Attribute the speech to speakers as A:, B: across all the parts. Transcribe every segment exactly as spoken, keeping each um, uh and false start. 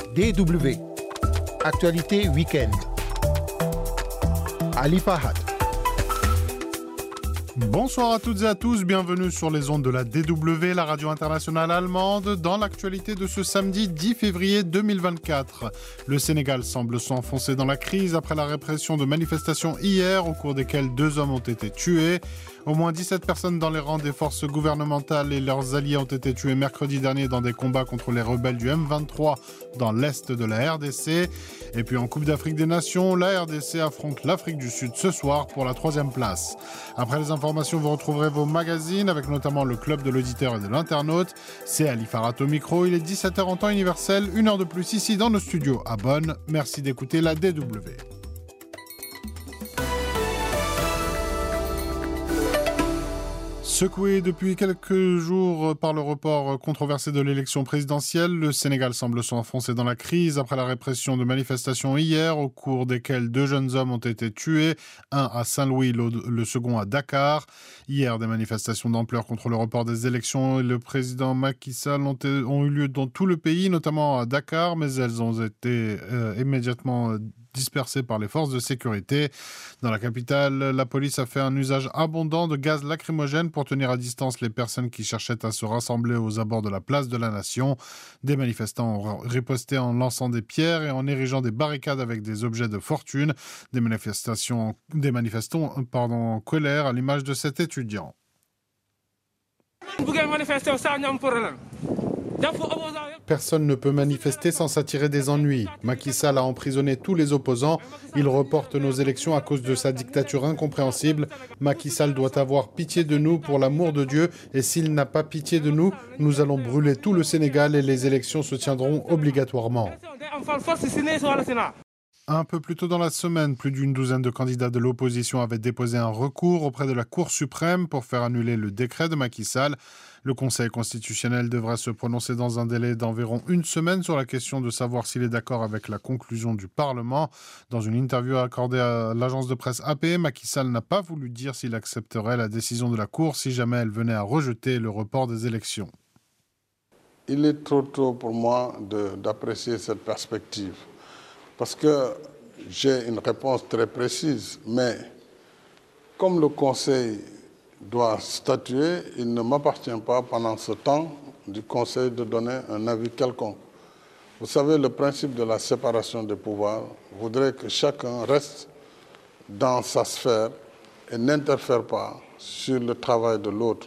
A: D W. Actualité week-end. Ali Fahad.
B: Bonsoir à toutes et à tous, bienvenue sur les ondes de la D W, la radio internationale allemande, dans l'actualité de ce samedi dix février deux mille vingt-quatre. Le Sénégal semble s'enfoncer dans la crise après la répression de manifestations hier, au cours desquelles deux hommes ont été tués. Au moins dix-sept personnes dans les rangs des forces gouvernementales et leurs alliés ont été tués mercredi dernier dans des combats contre les rebelles du M vingt-trois dans l'est de la R D C. Et puis en Coupe d'Afrique des Nations, la R D C affronte l'Afrique du Sud ce soir pour la troisième place. Après les informations, vous retrouverez vos magazines avec notamment le club de l'auditeur et de l'internaute. C'est Ali Farhat au micro, il est dix-sept heures en temps universel, une heure de plus ici dans nos studios à Bonn. Merci d'écouter la D W. Secoué depuis quelques jours par le report controversé de l'élection présidentielle, le Sénégal semble s'enfoncer dans la crise après la répression de manifestations hier, au cours desquelles deux jeunes hommes ont été tués, un à Saint-Louis, le second à Dakar. Hier, des manifestations d'ampleur contre le report des élections et le président Macky Sall ont, ont eu lieu dans tout le pays, notamment à Dakar, mais elles ont été euh, immédiatement dispersées par les forces de sécurité. Dans la capitale, la police a fait un usage abondant de gaz lacrymogène pour tenir à distance les personnes qui cherchaient à se rassembler aux abords de la place de la Nation. Des manifestants ont riposté en lançant des pierres et en érigeant des barricades avec des objets de fortune. Des manifestations, des manifestants pardon, en colère à l'image de cet étudiant. Personne ne peut manifester sans s'attirer des ennuis. Macky Sall a emprisonné tous les opposants. Il reporte nos élections à cause de sa dictature incompréhensible. Macky Sall doit avoir pitié de nous pour l'amour de Dieu. Et s'il n'a pas pitié de nous, nous allons brûler tout le Sénégal et les élections se tiendront obligatoirement. Un peu plus tôt dans la semaine, plus d'une douzaine de candidats de l'opposition avaient déposé un recours auprès de la Cour suprême pour faire annuler le décret de Macky Sall. Le Conseil constitutionnel devrait se prononcer dans un délai d'environ une semaine sur la question de savoir s'il est d'accord avec la conclusion du Parlement. Dans une interview accordée à l'agence de presse A P, Macky Sall n'a pas voulu dire s'il accepterait la décision de la Cour si jamais elle venait à rejeter le report des élections.
C: Il est trop tôt pour moi de, d'apprécier cette perspective. Parce que j'ai une réponse très précise, mais comme le Conseil doit statuer, il ne m'appartient pas pendant ce temps du Conseil de donner un avis quelconque. Vous savez, le principe de la séparation des pouvoirs voudrait que chacun reste dans sa sphère et n'interfère pas sur le travail de l'autre.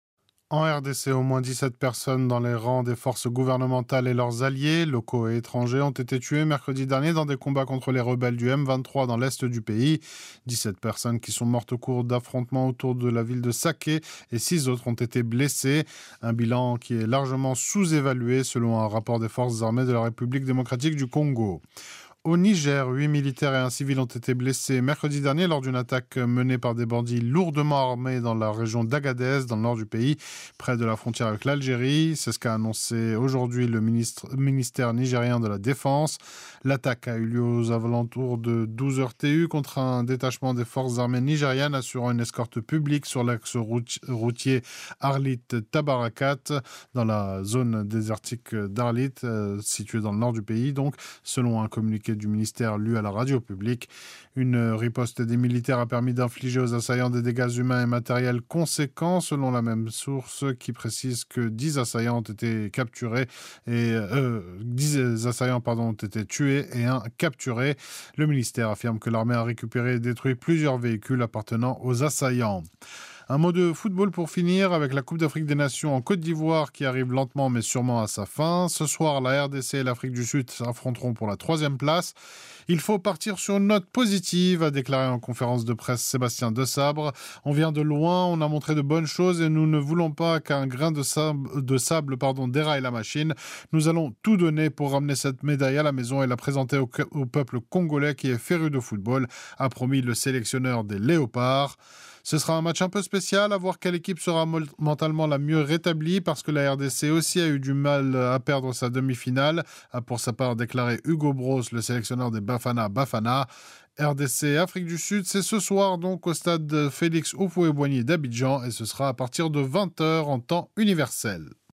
B: En R D C, au moins dix-sept personnes dans les rangs des forces gouvernementales et leurs alliés, locaux et étrangers, ont été tuées mercredi dernier dans des combats contre les rebelles du M vingt-trois dans l'est du pays. dix-sept personnes qui sont mortes au cours d'affrontements autour de la ville de Saké et six autres ont été blessées. Un bilan qui est largement sous-évalué selon un rapport des forces armées de la République démocratique du Congo. Au Niger, huit militaires et un civil ont été blessés mercredi dernier lors d'une attaque menée par des bandits lourdement armés dans la région d'Agadez, dans le nord du pays, près de la frontière avec l'Algérie. C'est ce qu'a annoncé aujourd'hui le ministre, ministère nigérien de la Défense. L'attaque a eu lieu aux alentours de douze heures T U contre un détachement des forces armées nigérianes assurant une escorte publique sur l'axe routier Arlit-Tabarakat, dans la zone désertique d'Arlit, euh, située dans le nord du pays. Donc, selon un communiqué du ministère lu à la radio publique. Une riposte des militaires a permis d'infliger aux assaillants des dégâts humains et matériels conséquents, selon la même source qui précise que dix assaillants ont été capturés et euh, dix assaillants pardon, ont été tués et un capturé. Le ministère affirme que l'armée a récupéré et détruit plusieurs véhicules appartenant aux assaillants. Un mot de football pour finir avec la Coupe d'Afrique des Nations en Côte d'Ivoire qui arrive lentement mais sûrement à sa fin. Ce soir, la R D C et l'Afrique du Sud s'affronteront pour la troisième place. Il faut partir sur une note positive, a déclaré en conférence de presse Sébastien Desabre. On vient de loin, on a montré de bonnes choses et nous ne voulons pas qu'un grain de sable, de sable pardon, déraille la machine. Nous allons tout donner pour ramener cette médaille à la maison et la présenter au, au peuple congolais qui est féru de football, a promis le sélectionneur des Léopards. Ce sera un match un peu spécial, à voir quelle équipe sera mentalement la mieux rétablie, parce que la R D C aussi a eu du mal à perdre sa demi-finale, a pour sa part déclaré Hugo Bros, le sélectionneur des Bafana Bafana. R D C Afrique du Sud, c'est ce soir donc au stade Félix Houphouët-Boigny d'Abidjan et ce sera à partir de vingt heures en temps universel.